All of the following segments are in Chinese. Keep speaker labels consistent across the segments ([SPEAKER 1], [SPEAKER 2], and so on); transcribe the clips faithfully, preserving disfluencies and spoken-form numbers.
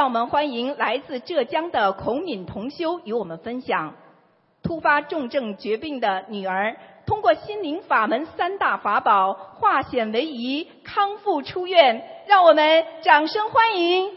[SPEAKER 1] 让我们欢迎来自浙江的孔敏同修与我们分享突发重症绝病的女儿通过心灵法门三大法宝化险为夷，康复出院，让我们掌声欢迎。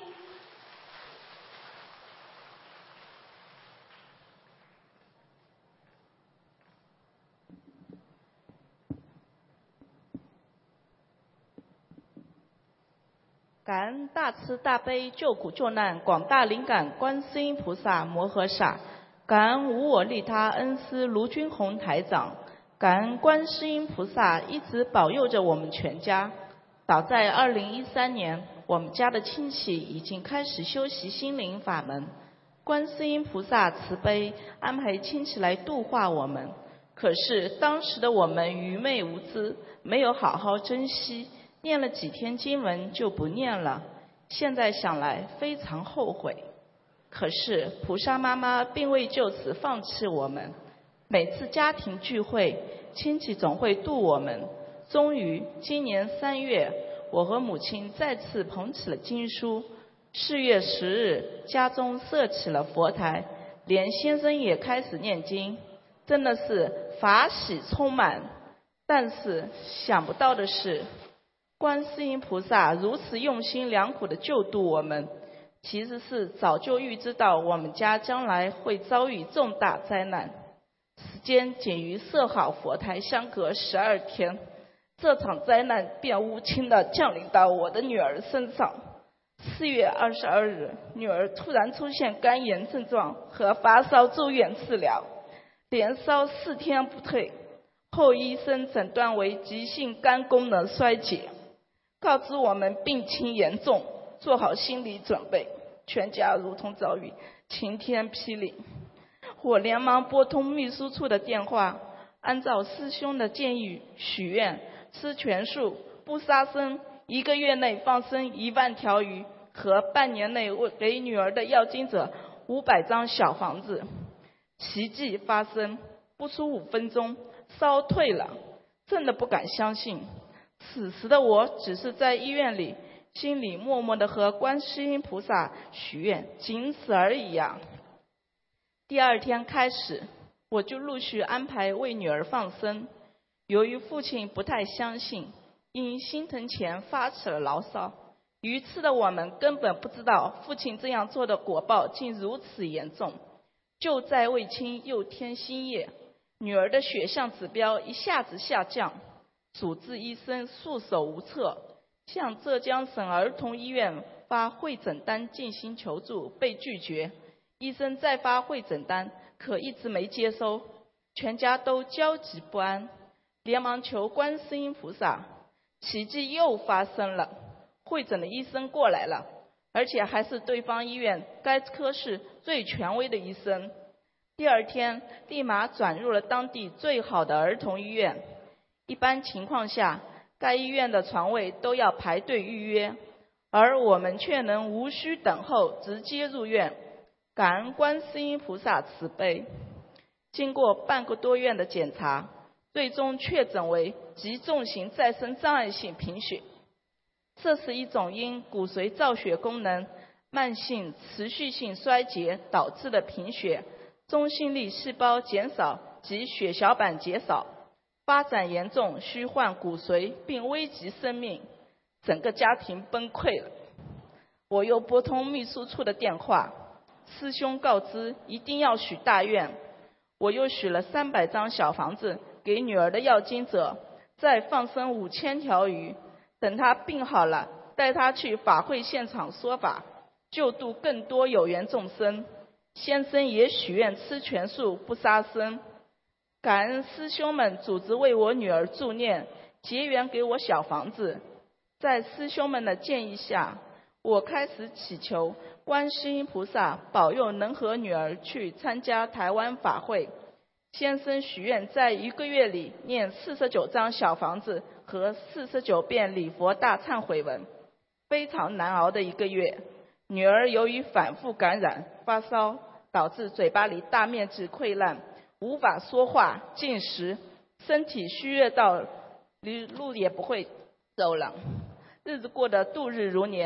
[SPEAKER 2] 感恩大慈大悲救苦救难广大灵感观世音菩萨摩诃萨，感恩无我利他恩师卢军宏台长，感恩观世音菩萨一直保佑着我们全家。早在二零一三年，我们家的亲戚已经开始修习心灵法门，观世音菩萨慈悲安排亲戚来度化我们。可是当时的我们愚昧无知，没有好好珍惜，念了几天经文就不念了，现在想来非常后悔。可是菩萨妈妈并未就此放弃我们，每次家庭聚会，亲戚总会度我们。终于今年三月，我和母亲再次捧起了经书。四月十日，家中设起了佛台，连先生也开始念经，真的是法喜充满。但是想不到的是，观世音菩萨如此用心良苦地救度我们，其实是早就预知到我们家将来会遭遇重大灾难。时间仅与设好佛台相隔十二天，这场灾难便无情地降临到我的女儿身上。四月二十二日，女儿突然出现肝炎症状和发烧，住院治疗，连烧四天不退，后医生诊断为急性肝功能衰竭，告知我们病情严重，做好心理准备。全家如同遭遇晴天霹雳，我连忙拨通秘书处的电话，按照师兄的建议许愿，吃全素，不杀生，一个月内放生一万条鱼，和半年内给女儿的要经者五百张小房子。奇迹发生，不出五分钟，烧退了，真的不敢相信。此时的我只是在医院里，心里默默地和观世音菩萨许愿，仅此而已啊。第二天开始，我就陆续安排为女儿放生。由于父亲不太相信，因心疼钱发起了牢骚。愚痴的我们根本不知道父亲这样做的果报竟如此严重。救灾未清又添新业，女儿的血象指标一下子下降，主治医生束手无策，向浙江省儿童医院发会诊单进行求助，被拒绝。医生再发会诊单，可一直没接收，全家都焦急不安，连忙求观世音菩萨。奇迹又发生了，会诊的医生过来了，而且还是对方医院该科室最权威的医生。第二天立马转入了当地最好的儿童医院。一般情况下，该医院的床位都要排队预约，而我们却能无需等候直接入院，感恩观世音菩萨慈悲。经过半个多月的检查，最终确诊为极重型再生障碍性贫血。这是一种因骨髓造血功能慢性持续性衰竭导致的贫血，中性粒细胞减少及血小板减少，发展严重，需换骨髓并危及生命，整个家庭崩溃了。我又拨通秘书处的电话，师兄告知一定要许大愿，我又许了三百张小房子给女儿的要经者，再放生五千条鱼，等她病好了，带她去法会现场说法，救度更多有缘众生。先生也许愿吃全素，不杀生。感恩师兄们组织为我女儿助念，结缘给我小房子。在师兄们的建议下，我开始祈求观世音菩萨保佑能和女儿去参加台湾法会。先生许愿在一个月里念四十九张小房子和四十九遍礼佛大忏悔文，非常难熬的一个月。女儿由于反复感染发烧，导致嘴巴里大面积溃烂，无法说话进食，身体虚弱到路也不会走了，日子过得度日如年。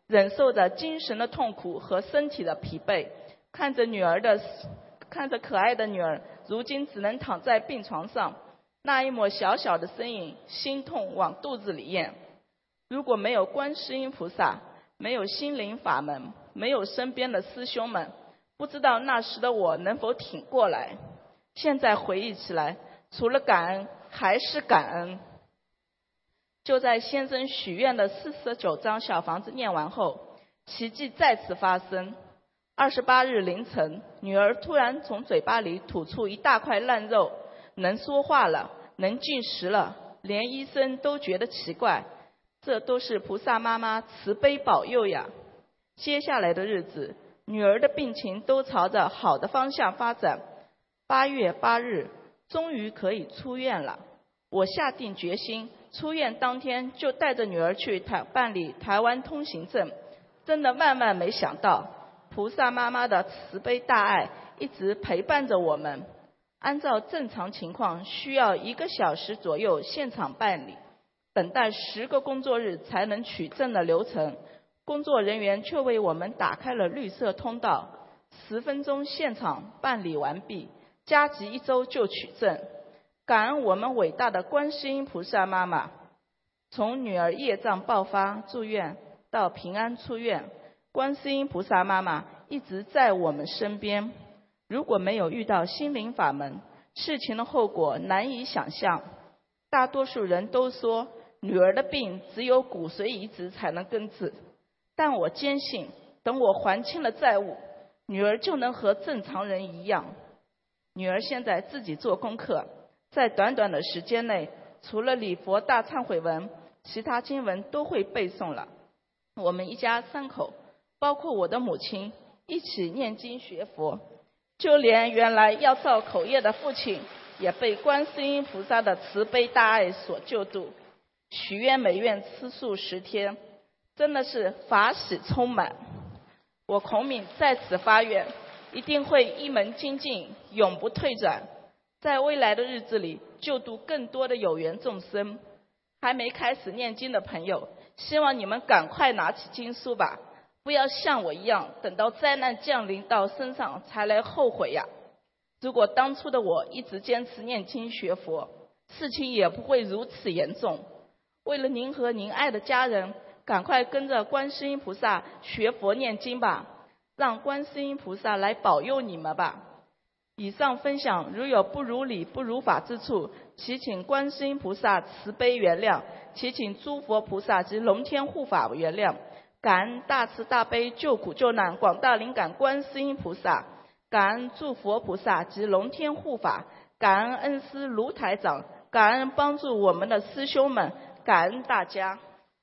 [SPEAKER 2] 忍受着精神的痛苦和身体的疲惫，看着女儿的，看着可爱的女儿，如今只能躺在病床上，那一抹小小的身影，心痛往肚子里咽。如果没有观世音菩萨，没有心灵法门，没有身边的师兄们，不知道那时的我能否挺过来。现在回忆起来，除了感恩还是感恩。就在先生许愿的四十九张小房子念完后，奇迹再次发生。二十八日凌晨，女儿突然从嘴巴里吐出一大块烂肉，能说话了，能进食了，连医生都觉得奇怪，这都是菩萨妈妈慈悲保佑呀。接下来的日子，女儿的病情都朝着好的方向发展。八月八日，终于可以出院了。我下定决心，出院当天就带着女儿去台办理台湾通行证。真的万万没想到，菩萨妈妈的慈悲大爱一直陪伴着我们。按照正常情况，需要一个小时左右现场办理，等待十个工作日才能取证的流程，工作人员却为我们打开了绿色通道，十分钟现场办理完毕，加急一周就取证。感恩我们伟大的观世音菩萨妈妈，从女儿业障爆发住院到平安出院，观世音菩萨妈妈一直在我们身边。如果没有遇到心灵法门，事情的后果难以想象。大多数人都说女儿的病只有骨髓移植才能根治，但我坚信，等我还清了债务，女儿就能和正常人一样。女儿现在自己做功课，在短短的时间内，除了礼佛大忏悔文，其他经文都会背诵了。我们一家三口，包括我的母亲，一起念经学佛，就连原来要造口业的父亲，也被观世音菩萨的慈悲大爱所救度。许愿每愿吃素十天，真的是法喜充满。我孔敏在此发愿，一定会一门精进，永不退转，在未来的日子里救度更多的有缘众生。还没开始念经的朋友，希望你们赶快拿起经书吧，不要像我一样等到灾难降临到身上才来后悔呀。如果当初的我一直坚持念经学佛，事情也不会如此严重。为了您和您爱的家人，赶快跟着观世音菩萨学佛念经吧，让观世音菩萨来保佑你们吧。以上分享如有不如理不如法之处，祈请观世音菩萨慈悲原谅，祈请诸佛菩萨及龙天护法原谅。感恩大慈大悲救苦救难广大灵感观世音菩萨，感恩诸佛菩萨及龙天护法，感恩恩师卢台长，感恩帮助我们的师兄们，感恩大家。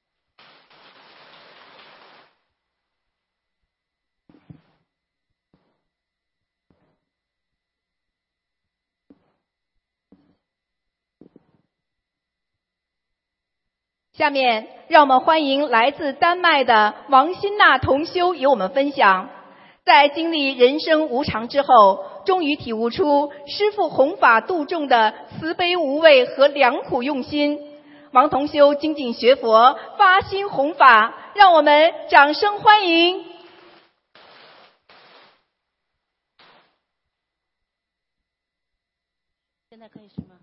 [SPEAKER 1] 下面让我们欢迎来自丹麦的王新娜同修与我们分享，在经历人生无常之后，终于体悟出师父弘法度众的慈悲无畏和良苦用心。王同修精进学佛，发心弘法，让我们掌声欢迎。
[SPEAKER 3] 现在可以是吗？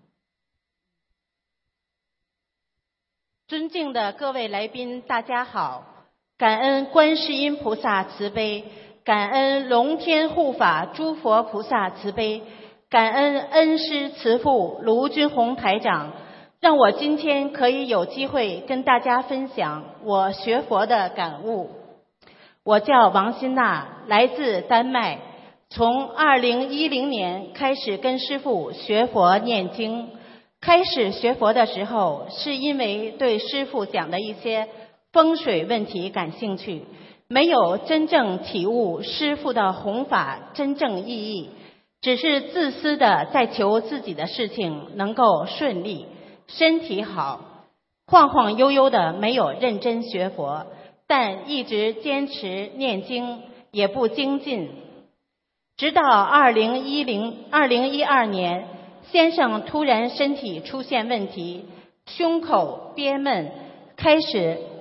[SPEAKER 3] 尊敬的各位来宾，大家好！感恩观世音菩萨慈悲，感恩龙天护法诸佛菩萨慈悲，感恩恩师慈父卢军宏台长，让我今天可以有机会跟大家分享我学佛的感悟。我叫王新娜，来自丹麦，从二零一零年开始跟师父学佛念经。开始学佛的时候，是因为对师父讲的一些风水问题感兴趣，没有真正体悟师父的弘法真正意义，只是自私的在求自己的事情能够顺利，身体好，晃晃悠悠的没有认真学佛，但一直坚持念经，也不精进。直到二零一零二零一二年，先生突然身体出现问题，胸口憋闷，开始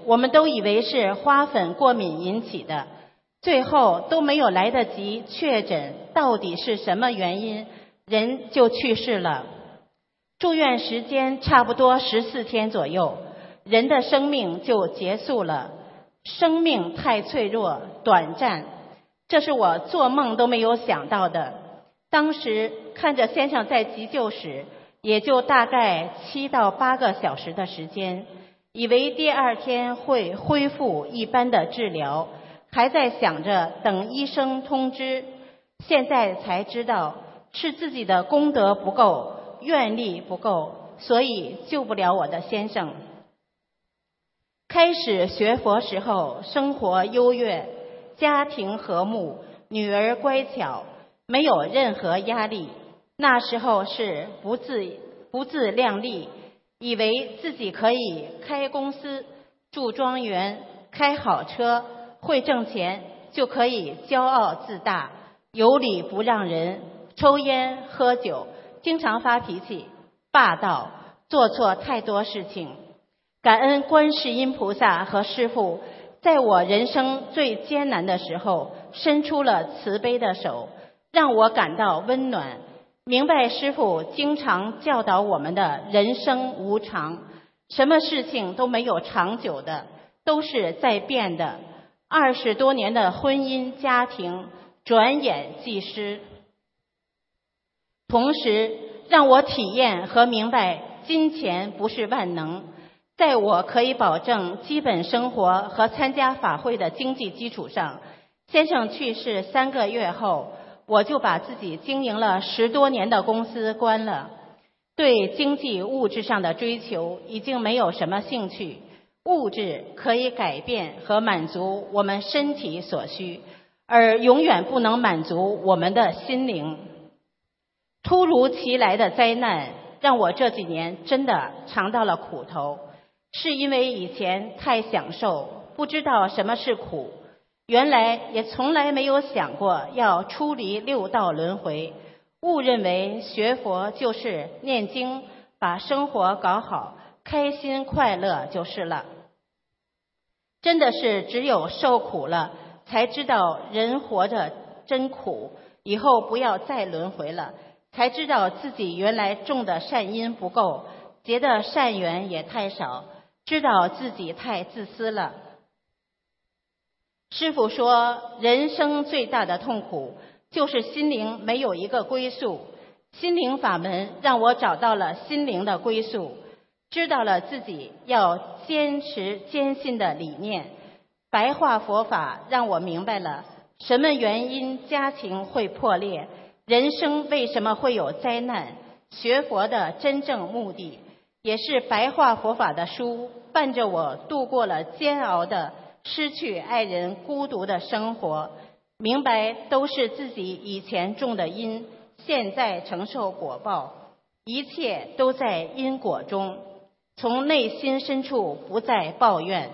[SPEAKER 3] 我们都以为是花粉过敏引起的，最后都没有来得及确诊到底是什么原因，人就去世了。住院时间差不多十四天左右，人的生命就结束了。生命太脆弱、短暂，这是我做梦都没有想到的。当时看着先生在急救室，也就大概七到八个小时的时间，以为第二天会恢复一般的治疗，还在想着等医生通知。现在才知道是自己的功德不够，愿力不够，所以救不了我的先生。开始学佛时候，生活优越，家庭和睦，女儿乖巧，没有任何压力。那时候是不自不自量力，以为自己可以开公司、住庄园、开好车，会挣钱，就可以骄傲自大，有理不让人，抽烟喝酒，经常发脾气，霸道，做错太多事情。感恩观世音菩萨和师父，在我人生最艰难的时候伸出了慈悲的手，让我感到温暖，明白师父经常教导我们的人生无常，什么事情都没有长久的，都是在变的。二十多年的婚姻家庭转眼即失，同时让我体验和明白金钱不是万能。在我可以保证基本生活和参加法会的经济基础上，先生去世三个月后，我就把自己经营了十多年的公司关了。对经济物质上的追求已经没有什么兴趣，物质可以改变和满足我们身体所需，而永远不能满足我们的心灵。突如其来的灾难让我这几年真的尝到了苦头，是因为以前太享受，不知道什么是苦，原来也从来没有想过要出离六道轮回，误认为学佛就是念经，把生活搞好，开心快乐就是了。真的是只有受苦了，才知道人活着真苦，以后不要再轮回了，才知道自己原来种的善因不够，结的善缘也太少，知道自己太自私了。师父说，人生最大的痛苦就是心灵没有一个归宿，心灵法门让我找到了心灵的归宿，知道了自己要坚持坚信的理念。白话佛法让我明白了什么原因家庭会破裂，人生为什么会有灾难，学佛的真正目的，也是白话佛法的书伴着我度过了煎熬的失去爱人孤独的生活，明白都是自己以前种的因，现在承受果报，一切都在因果中，从内心深处不再抱怨。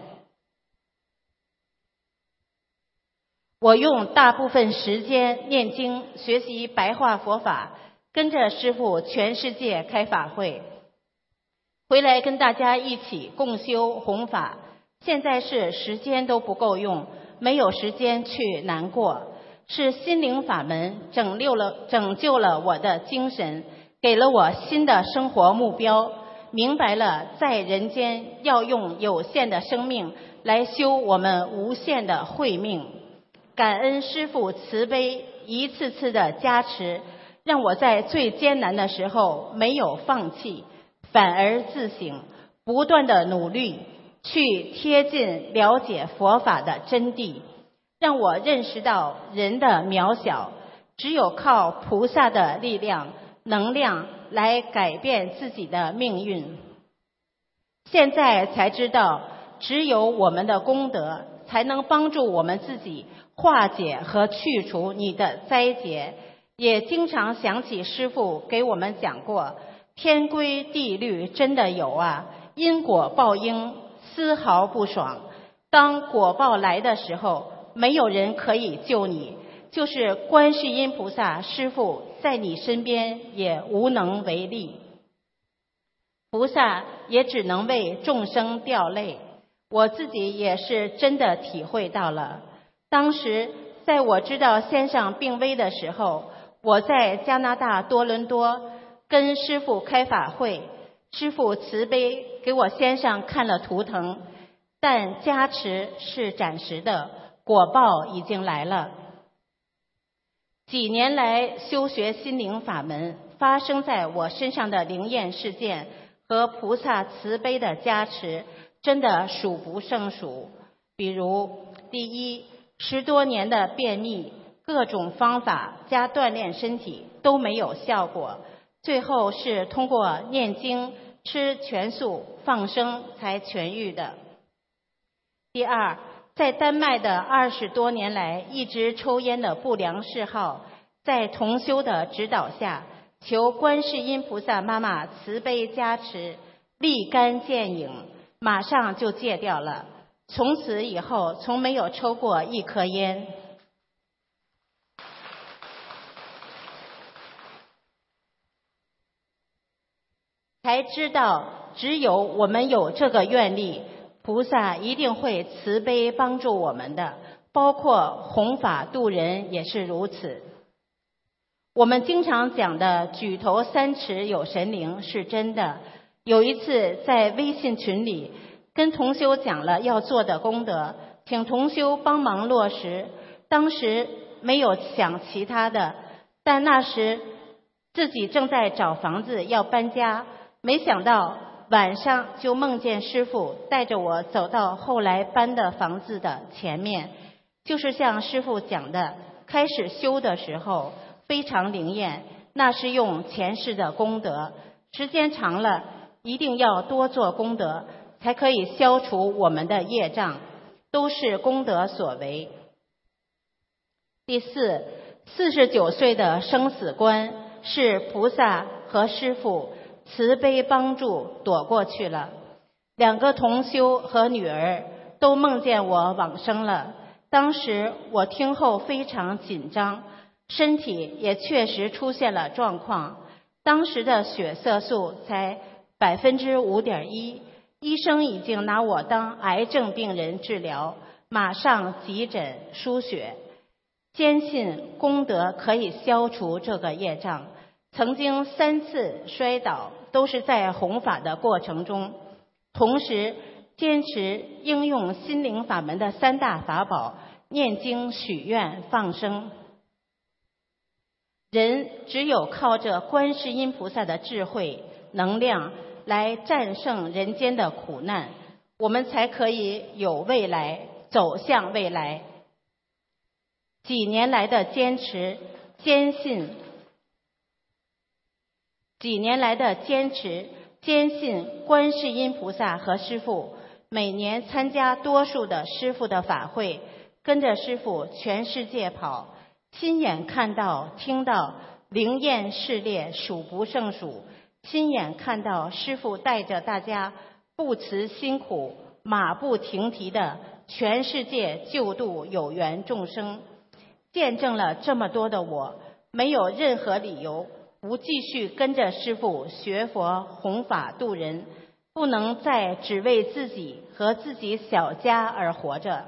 [SPEAKER 3] 我用大部分时间念经学习白话佛法，跟着师父全世界开法会，回来跟大家一起共修弘法。现在是时间都不够用，没有时间去难过，是心灵法门拯救了拯救了我的精神，给了我新的生活目标，明白了在人间要用有限的生命来修我们无限的慧命。感恩师父慈悲一次次的加持，让我在最艰难的时候没有放弃，反而自省，不断的努力去贴近了解佛法的真谛，让我认识到人的渺小，只有靠菩萨的力量能量来改变自己的命运。现在才知道，只有我们的功德才能帮助我们自己化解和去除你的灾劫。也经常想起师父给我们讲过，天规地律真的有啊，因果报应丝毫不爽，当果报来的时候，没有人可以救你，就是观世音菩萨师父在你身边也无能为力，菩萨也只能为众生掉泪。 我自己也是真的体会到了。当时在我知道先生病危的时候，我在加拿大多伦多跟师父开法会，师父慈悲给我先生看了图腾，但加持是暂时的，果报已经来了。几年来修学心灵法门，发生在我身上的灵验事件和菩萨慈悲的加持真的数不胜数。比如第一，十多年的便秘，各种方法加锻炼身体都没有效果，最后是通过念经、吃全素、放生才痊愈的。第二，在丹麦的二十多年来一直抽烟的不良嗜好，在同修的指导下，求观世音菩萨妈妈慈悲加持，立竿见影，马上就戒掉了。从此以后从没有抽过一颗烟。才知道只有我们有这个愿力，菩萨一定会慈悲帮助我们的，包括弘法度人也是如此。我们经常讲的举头三尺有神灵是真的。有一次在微信群里跟同修讲了要做的功德，请同修帮忙落实。当时没有想其他的，但那时自己正在找房子要搬家，没想到晚上就梦见师父带着我走到后来搬的房子的前面，就是像师父讲的，开始修的时候非常灵验，那是用前世的功德，时间长了一定要多做功德，才可以消除我们的业障，都是功德所为。第四，四十九岁的生死关是菩萨和师父慈悲帮助躲过去了。两个同修和女儿都梦见我往生了，当时我听后非常紧张，身体也确实出现了状况，当时的血色素才百分之五点一，医生已经拿我当癌症病人治疗，马上急诊输血，坚信功德可以消除这个业障。曾经三次摔倒都是在弘法的过程中，同时坚持应用心灵法门的三大法宝：念经、许愿、放生。人只有靠着观世音菩萨的智慧能量来战胜人间的苦难，我们才可以有未来，走向未来。几年来的坚持坚信几年来的坚持坚信观世音菩萨和师父，每年参加多数的师父的法会，跟着师父全世界跑，亲眼看到听到灵验事例数不胜数，亲眼看到师父带着大家不辞辛苦，马不停蹄的全世界救度有缘众生。见证了这么多的我，没有任何理由不继续跟着师父学佛弘法度人，不能再只为自己和自己小家而活着。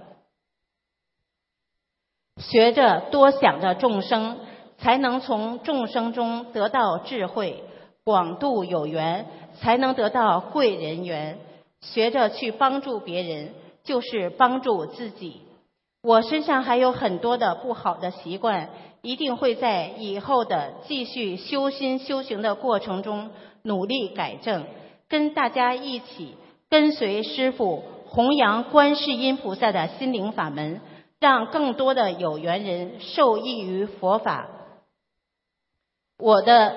[SPEAKER 3] 学着多想着众生，才能从众生中得到智慧，广度有缘，才能得到贵人缘。学着去帮助别人，就是帮助自己。我身上还有很多的不好的习惯，一定会在以后的继续修心修行的过程中努力改正，跟大家一起跟随师父弘扬观世音菩萨的心灵法门，让更多的有缘人受益于佛法。我的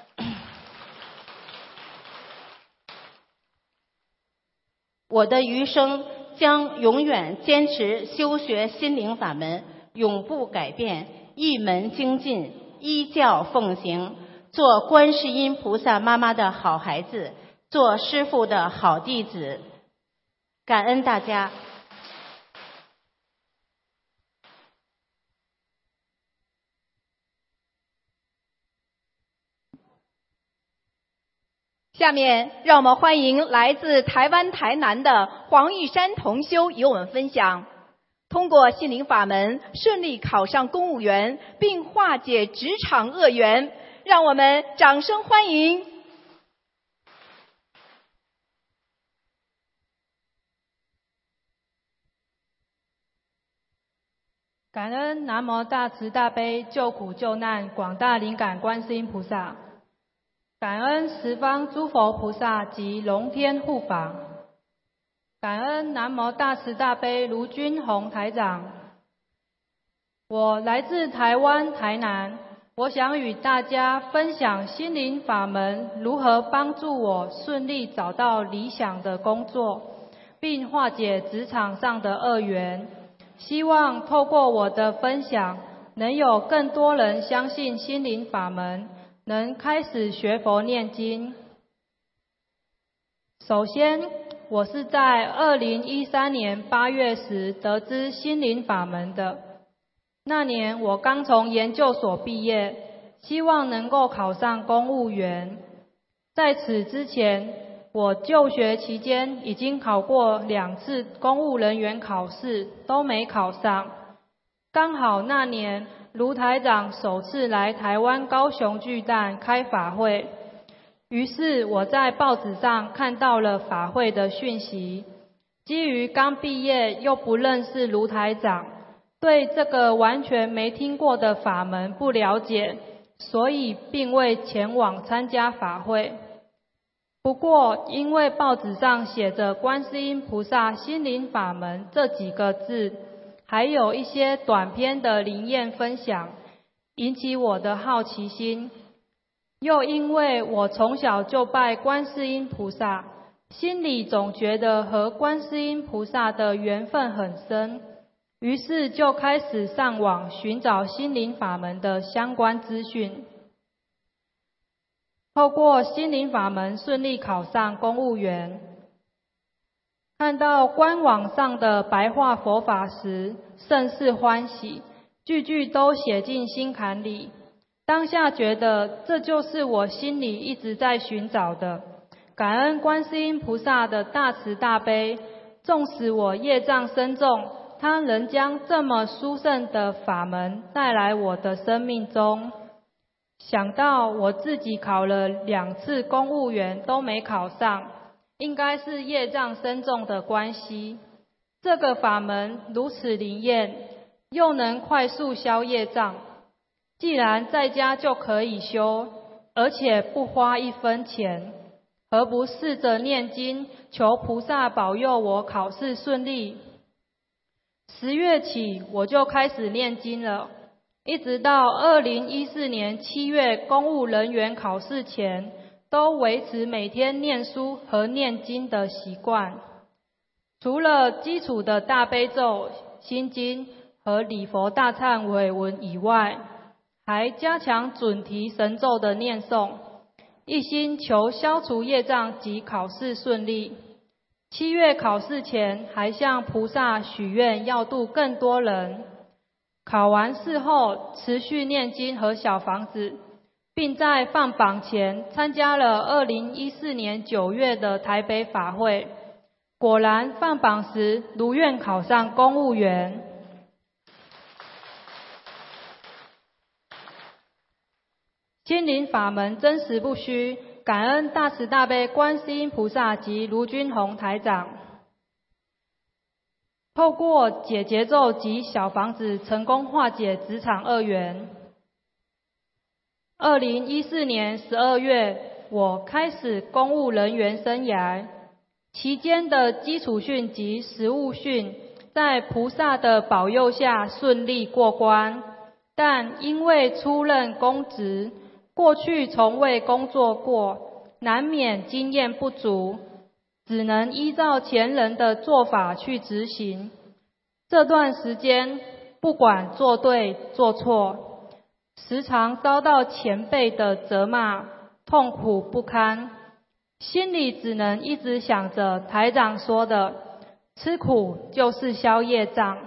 [SPEAKER 3] 我的余生将永远坚持修学心灵法门，永不改变，一门精进，依教奉行，做观世音菩萨妈妈的好孩子，做师父的好弟子。感恩大家。
[SPEAKER 1] 下面让我们欢迎来自台湾台南的黄玉山同修与我们分享，通过心灵法门顺利考上公务员，并化解职场恶缘，让我们掌声欢迎。
[SPEAKER 4] 感恩南无大慈大悲救苦救难广大灵感观世音菩萨，感恩十方诸佛菩萨及龙天护法，感恩南无大慈大悲卢军宏台长。我来自台湾台南，我想与大家分享心灵法门如何帮助我顺利找到理想的工作，并化解职场上的恶缘。希望透过我的分享，能有更多人相信心灵法门，能开始学佛念经。首先，我是在二零一三年八月时得知心灵法门的。那年我刚从研究所毕业，希望能够考上公务员。在此之前，我就学期间已经考过两次公务人员考试，都没考上。刚好那年卢台长首次来台湾高雄巨蛋开法会，于是我在报纸上看到了法会的讯息。基于刚毕业又不认识卢台长，对这个完全没听过的法门不了解，所以并未前往参加法会。不过因为报纸上写着观世音菩萨心灵法门这几个字，还有一些短篇的灵验分享，引起我的好奇心。又因为我从小就拜观世音菩萨，心里总觉得和观世音菩萨的缘分很深，于是就开始上网寻找心灵法门的相关资讯。透过心灵法门顺利考上公务员，看到官网上的白话佛法时，甚是欢喜，句句都写进心坎里。当下觉得这就是我心里一直在寻找的，感恩观世音菩萨的大慈大悲，纵使我业障深重，他仍将这么殊胜的法门带来我的生命中。想到我自己考了两次公务员都没考上，应该是业障深重的关系。这个法门如此灵验，又能快速消业障，既然在家就可以修，而且不花一分钱，何不试着念经，求菩萨保佑我考试顺利？十月起我就开始念经了，一直到二零一四年七月公务人员考试前，都维持每天念书和念经的习惯。除了基础的大悲咒、心经和礼佛大忏悔文以外，还加强准提神咒的念诵，一心求消除业障及考试顺利。七月考试前，还向菩萨许愿要度更多人。考完试后，持续念经和小房子，并在放榜前参加了二零一四年九月的台北法会。果然放榜时如愿考上公务员。心灵法门真实不虚，感恩大慈大悲观世音菩萨及卢军宏台长。透过解结咒及小房子成功化解职场恶缘。二零一四年十二月，我开始公务人员生涯，期间的基础训及实务训，在菩萨的保佑下顺利过关，但因为出任公职，过去从未工作过，难免经验不足，只能依照前人的做法去执行。这段时间不管做对做错，时常遭到前辈的责骂，痛苦不堪，心里只能一直想着台长说的吃苦就是消业障，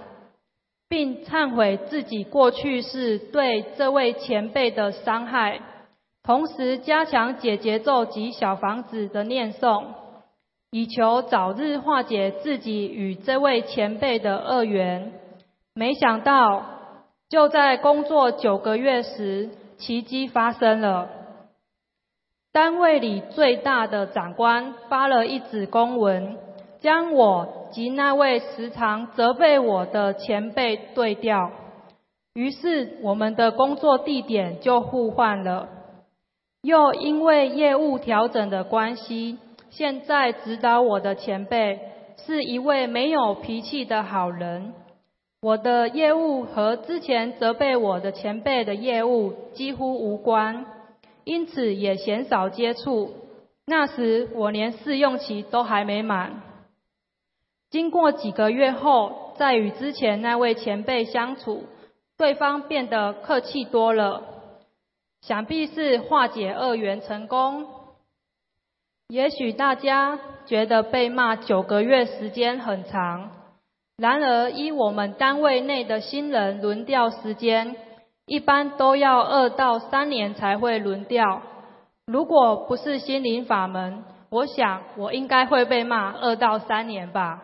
[SPEAKER 4] 并忏悔自己过去是对这位前辈的伤害， 同时加强解结咒及小房子的念诵，以求早日化解自己与这位前辈的恶缘。没想到，就在工作九个月时，奇迹发生了。单位里最大的长官发了一纸公文，将我及那位时常责备我的前辈对调，于是我们的工作地点就互换了。又因为业务调整的关系，现在指导我的前辈是一位没有脾气的好人。我的业务和之前责备我的前辈的业务几乎无关，因此也鲜少接触。那时我连试用期都还没满。经过几个月后，再与之前那位前辈相处，对方变得客气多了，想必是化解恶缘成功。也许大家觉得被骂九个月时间很长，然而依我们单位内的新人轮调时间，一般都要二到三年才会轮调。如果不是心灵法门，我想我应该会被骂二到三年吧。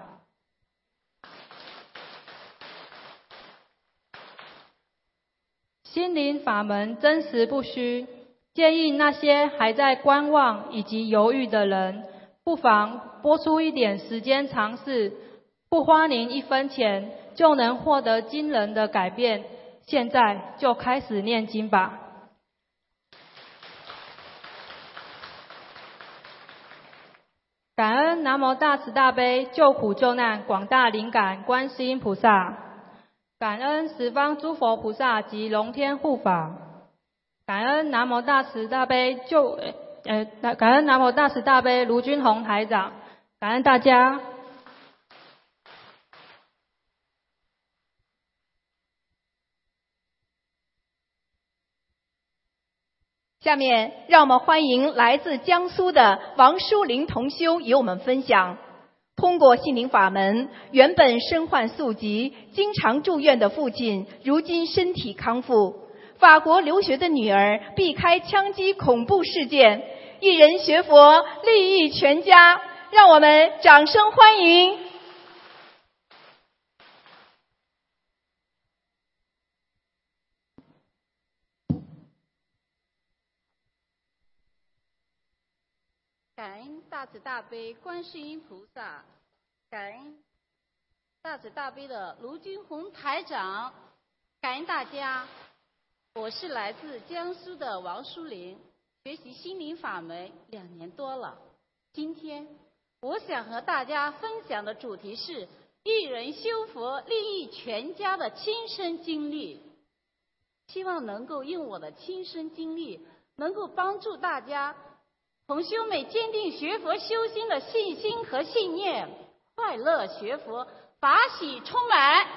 [SPEAKER 4] 心灵法门真实不虚，建议那些还在观望以及犹豫的人，不妨拨出一点时间尝试，不花您一分钱就能获得惊人的改变。现在就开始念经吧。感恩南无大慈大悲救苦救难广大灵感观世音菩萨，感恩十方诸佛菩萨及龙天护法，感恩南无大慈大悲救呃感恩南无大慈大悲卢军宏台长，感恩大家。
[SPEAKER 1] 下面让我们欢迎来自江苏的王淑玲同修与我们分享，通过心灵法门，原本身患宿疾、经常住院的父亲，如今身体康复；法国留学的女儿避开枪击恐怖事件，一人学佛，利益全家。让我们掌声欢迎！
[SPEAKER 5] 感恩大慈大悲观世音菩萨，感恩大慈大悲的卢军宏台长，感恩大家。我是来自江苏的王淑玲，学习心灵法门两年多了。今天我想和大家分享的主题是一人修佛利益全家的亲身经历，希望能够用我的亲身经历能够帮助大家同修们坚定学佛修心的信心和信念，快乐学佛，法喜充满。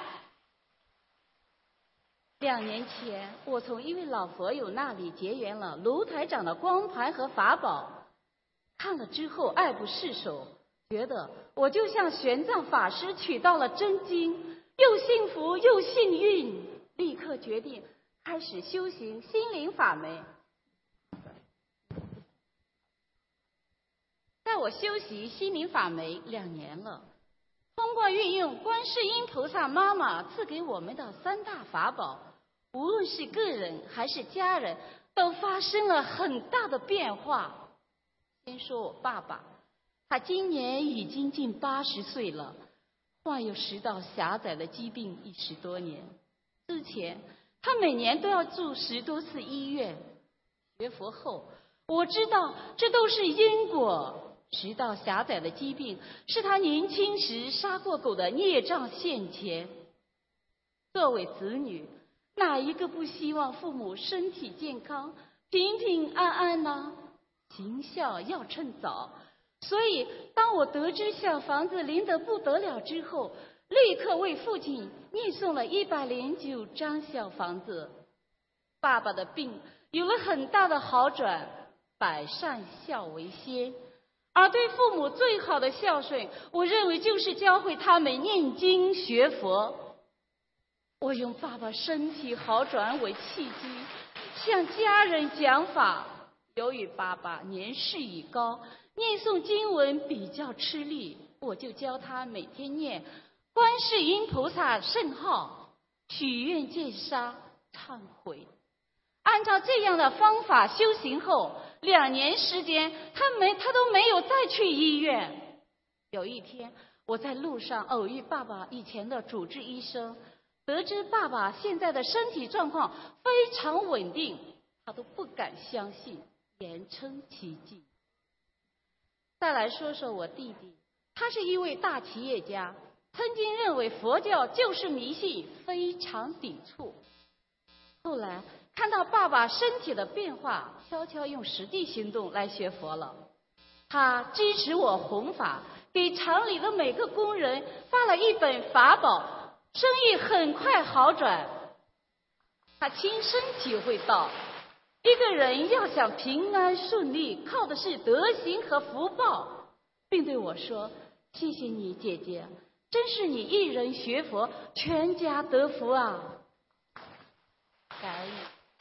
[SPEAKER 5] 两年前，我从一位老佛友那里结缘了卢台长的光盘和法宝，看了之后爱不释手，觉得我就像玄奘法师取到了真经，又幸福又幸运，立刻决定开始修行心灵法门。在我修习心灵法门两年了，通过运用观世音菩萨妈妈赐给我们的三大法宝，无论是个人还是家人，都发生了很大的变化。先说我爸爸，他今年已经近八十岁了，患有食道狭窄的疾病已十多年。之前他每年都要住十多次医院。学佛后，我知道这都是因果。食道狭窄的疾病是他年轻时杀过狗的孽障现前。作为子女，哪一个不希望父母身体健康、平平安安呢？行孝要趁早。所以当我得知小房子灵得不得了之后，立刻为父亲念诵了一百零九张小房子。爸爸的病有了很大的好转，百善孝为先。而对父母最好的孝顺，我认为就是教会他们念经学佛。我用爸爸身体好转为契机，向家人讲法， 由于爸爸年事已高，念诵经文比较吃力，我就教他每天念观世音菩萨圣号，许愿戒杀忏悔。按照这样的方法修行后，两年时间他没他都没有再去医院。有一天我在路上偶遇爸爸以前的主治医生，得知爸爸现在的身体状况非常稳定，他都不敢相信，言称奇迹。再来说说我弟弟，他是一位大企业家，曾经认为佛教就是迷信，非常抵触。后来看到爸爸身体的变化，悄悄用实际行动来学佛了。他支持我弘法，给厂里的每个工人发了一本法宝，生意很快好转。他亲身体会到，一个人要想平安顺利，靠的是德行和福报，并对我说：谢谢你姐姐，真是你一人学佛，全家得福啊！感恩。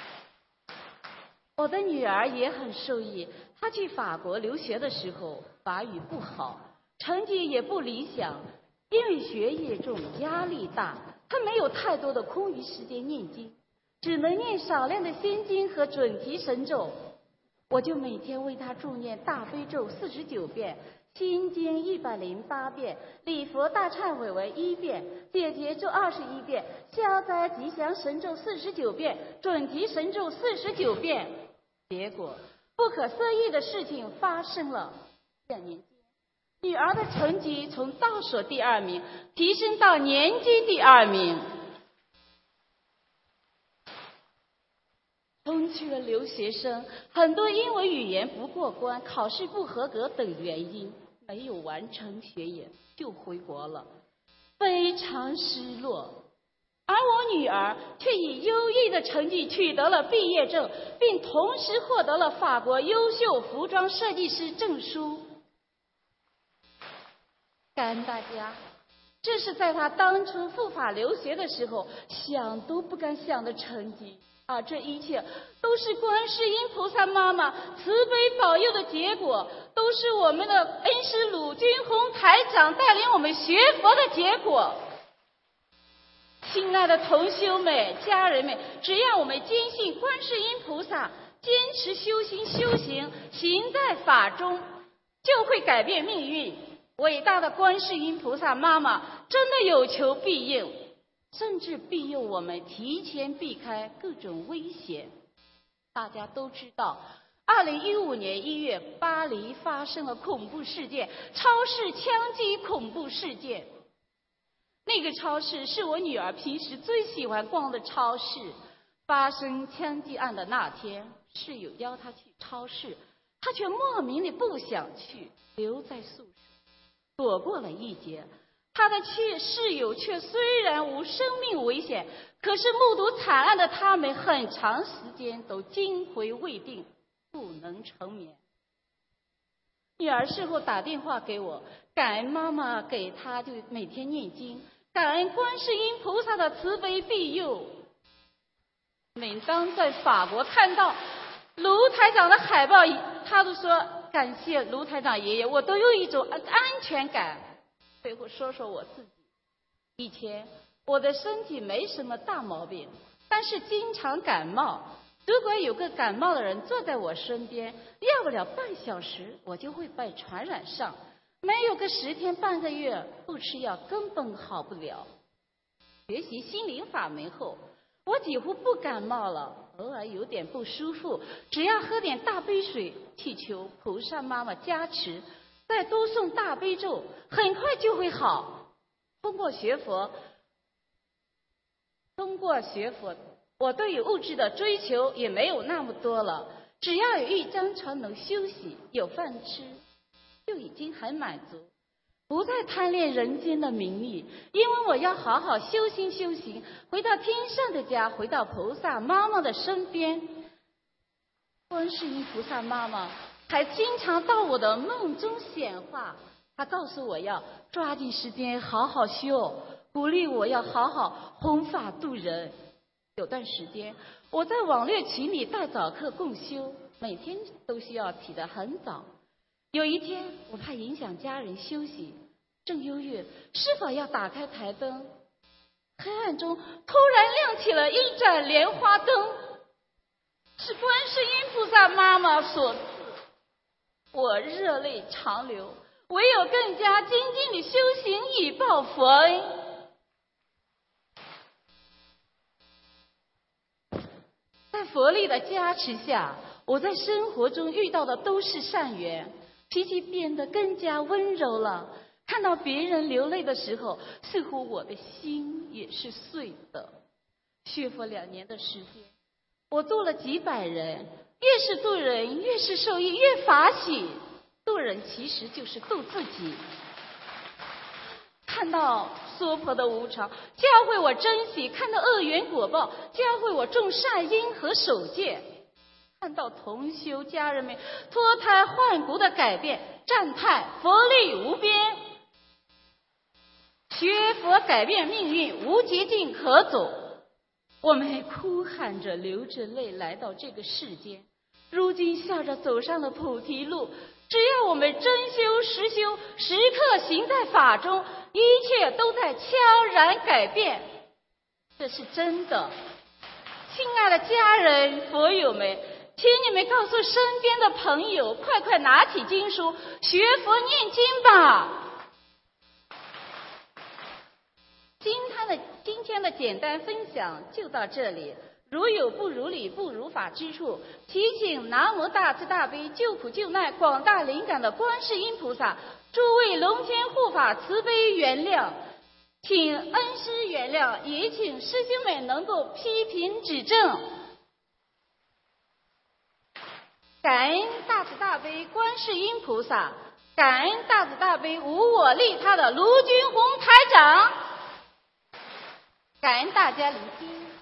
[SPEAKER 5] 我的女儿也很受益，她去法国留学的时候法语不好，成绩也不理想，因为学业重，压力大，她没有太多的空余时间念经，只能念少量的心经和准提神咒。我就每天为她助念大悲咒四十九遍，心经一百零八遍，礼佛大忏悔文一遍，解结咒二十一遍，消灾吉祥神咒四十九遍，准提神咒四十九遍。结果不可思议的事情发生了，两年间女儿的成绩从倒数第二名提升到年级第二名。同去的留学生很多因为语言不过关、考试不合格等原因没有完成学业就回国了，非常失落。而我女儿却以优异的成绩取得了毕业证，并同时获得了法国优秀服装设计师证书。感恩大家，这是在她当初赴法留学的时候想都不敢想的成绩。啊，这一切都是观世音菩萨妈妈慈悲保佑的结果，都是我们的恩师鲁军宏台长带领我们学佛的结果。亲爱的同修们、家人们，只要我们坚信观世音菩萨，坚持修心修行，行在法中，就会改变命运。伟大的观世音菩萨妈妈真的有求必应，甚至庇佑我们提前避开各种危险。大家都知道，二零一五年一月，巴黎发生了恐怖事件，超市枪击恐怖事件。那个超市是我女儿平时最喜欢逛的超市。发生枪击案的那天，室友邀她去超市，她却莫名的不想去，留在宿舍，躲过了一劫。他的室友却虽然无生命危险，可是目睹惨案的他们很长时间都惊魂未定，不能成眠。女儿事后打电话给我，感恩妈妈给她就每天念经，感恩观世音菩萨的慈悲庇佑。每当在法国看到卢台长的海报，她都说感谢卢台长爷爷，我都有一种安全感。最后说说我自己，以前我的身体没什么大毛病，但是经常感冒。如果有个感冒的人坐在我身边，要不了半小时我就会被传染上，没有个十天半个月不吃药根本好不了。学习心灵法门后，我几乎不感冒了，偶尔有点不舒服，只要喝点大杯水，祈求菩萨妈妈加持，再多诵大悲咒，很快就会好。通过学佛，通过学佛，我对于物质的追求也没有那么多了，只要有一张床能休息，有饭吃，就已经很满足，不再贪恋人间的名利，因为我要好好修心修行，回到天上的家，回到菩萨妈妈的身边。观世音菩萨妈妈还经常到我的梦中显化，她告诉我要抓紧时间好好修，鼓励我要好好弘法度人。有段时间我在网络群里带早课共修， 每天都需要起得很早。有一天，我怕影响家人休息，正忧郁是否要打开台灯，黑暗中突然亮起了一盏莲花灯，是观世音菩萨妈妈所赐。我热泪长流，唯有更加精进的修行以报佛恩。在佛力的加持下，我在生活中遇到的都是善缘，脾气变得更加温柔了。看到别人流泪的时候，似乎我的心也是碎的。学佛两年的时间，我度了几百人，越是度人越是受益，越法喜。度人其实就是度自己。看到娑婆的无常，教会我珍惜；看到恶缘果报，教会我种善因和守戒。看到同修家人们脱胎换骨的改变，赞叹佛力无边。学佛改变命运，无捷径可走。我们哭喊着流着泪来到这个世间，如今笑着走上了菩提路。只要我们真修实修，时刻行在法中，一切都在悄然改变。这是真的。亲爱的家人佛友们，请你们告诉身边的朋友，快快拿起经书，学佛念经吧。今天的今天的简单分享就到这里。如有不如理不如法之处，祈请南无大慈大悲救苦救难广大灵感的观世音菩萨诸位龙天护法慈悲原谅，请恩师原谅，也请师兄们能够批评指正。感恩大慈大悲观世音菩萨，感恩大慈大悲无我利他的卢军宏台长，感恩大家聆听。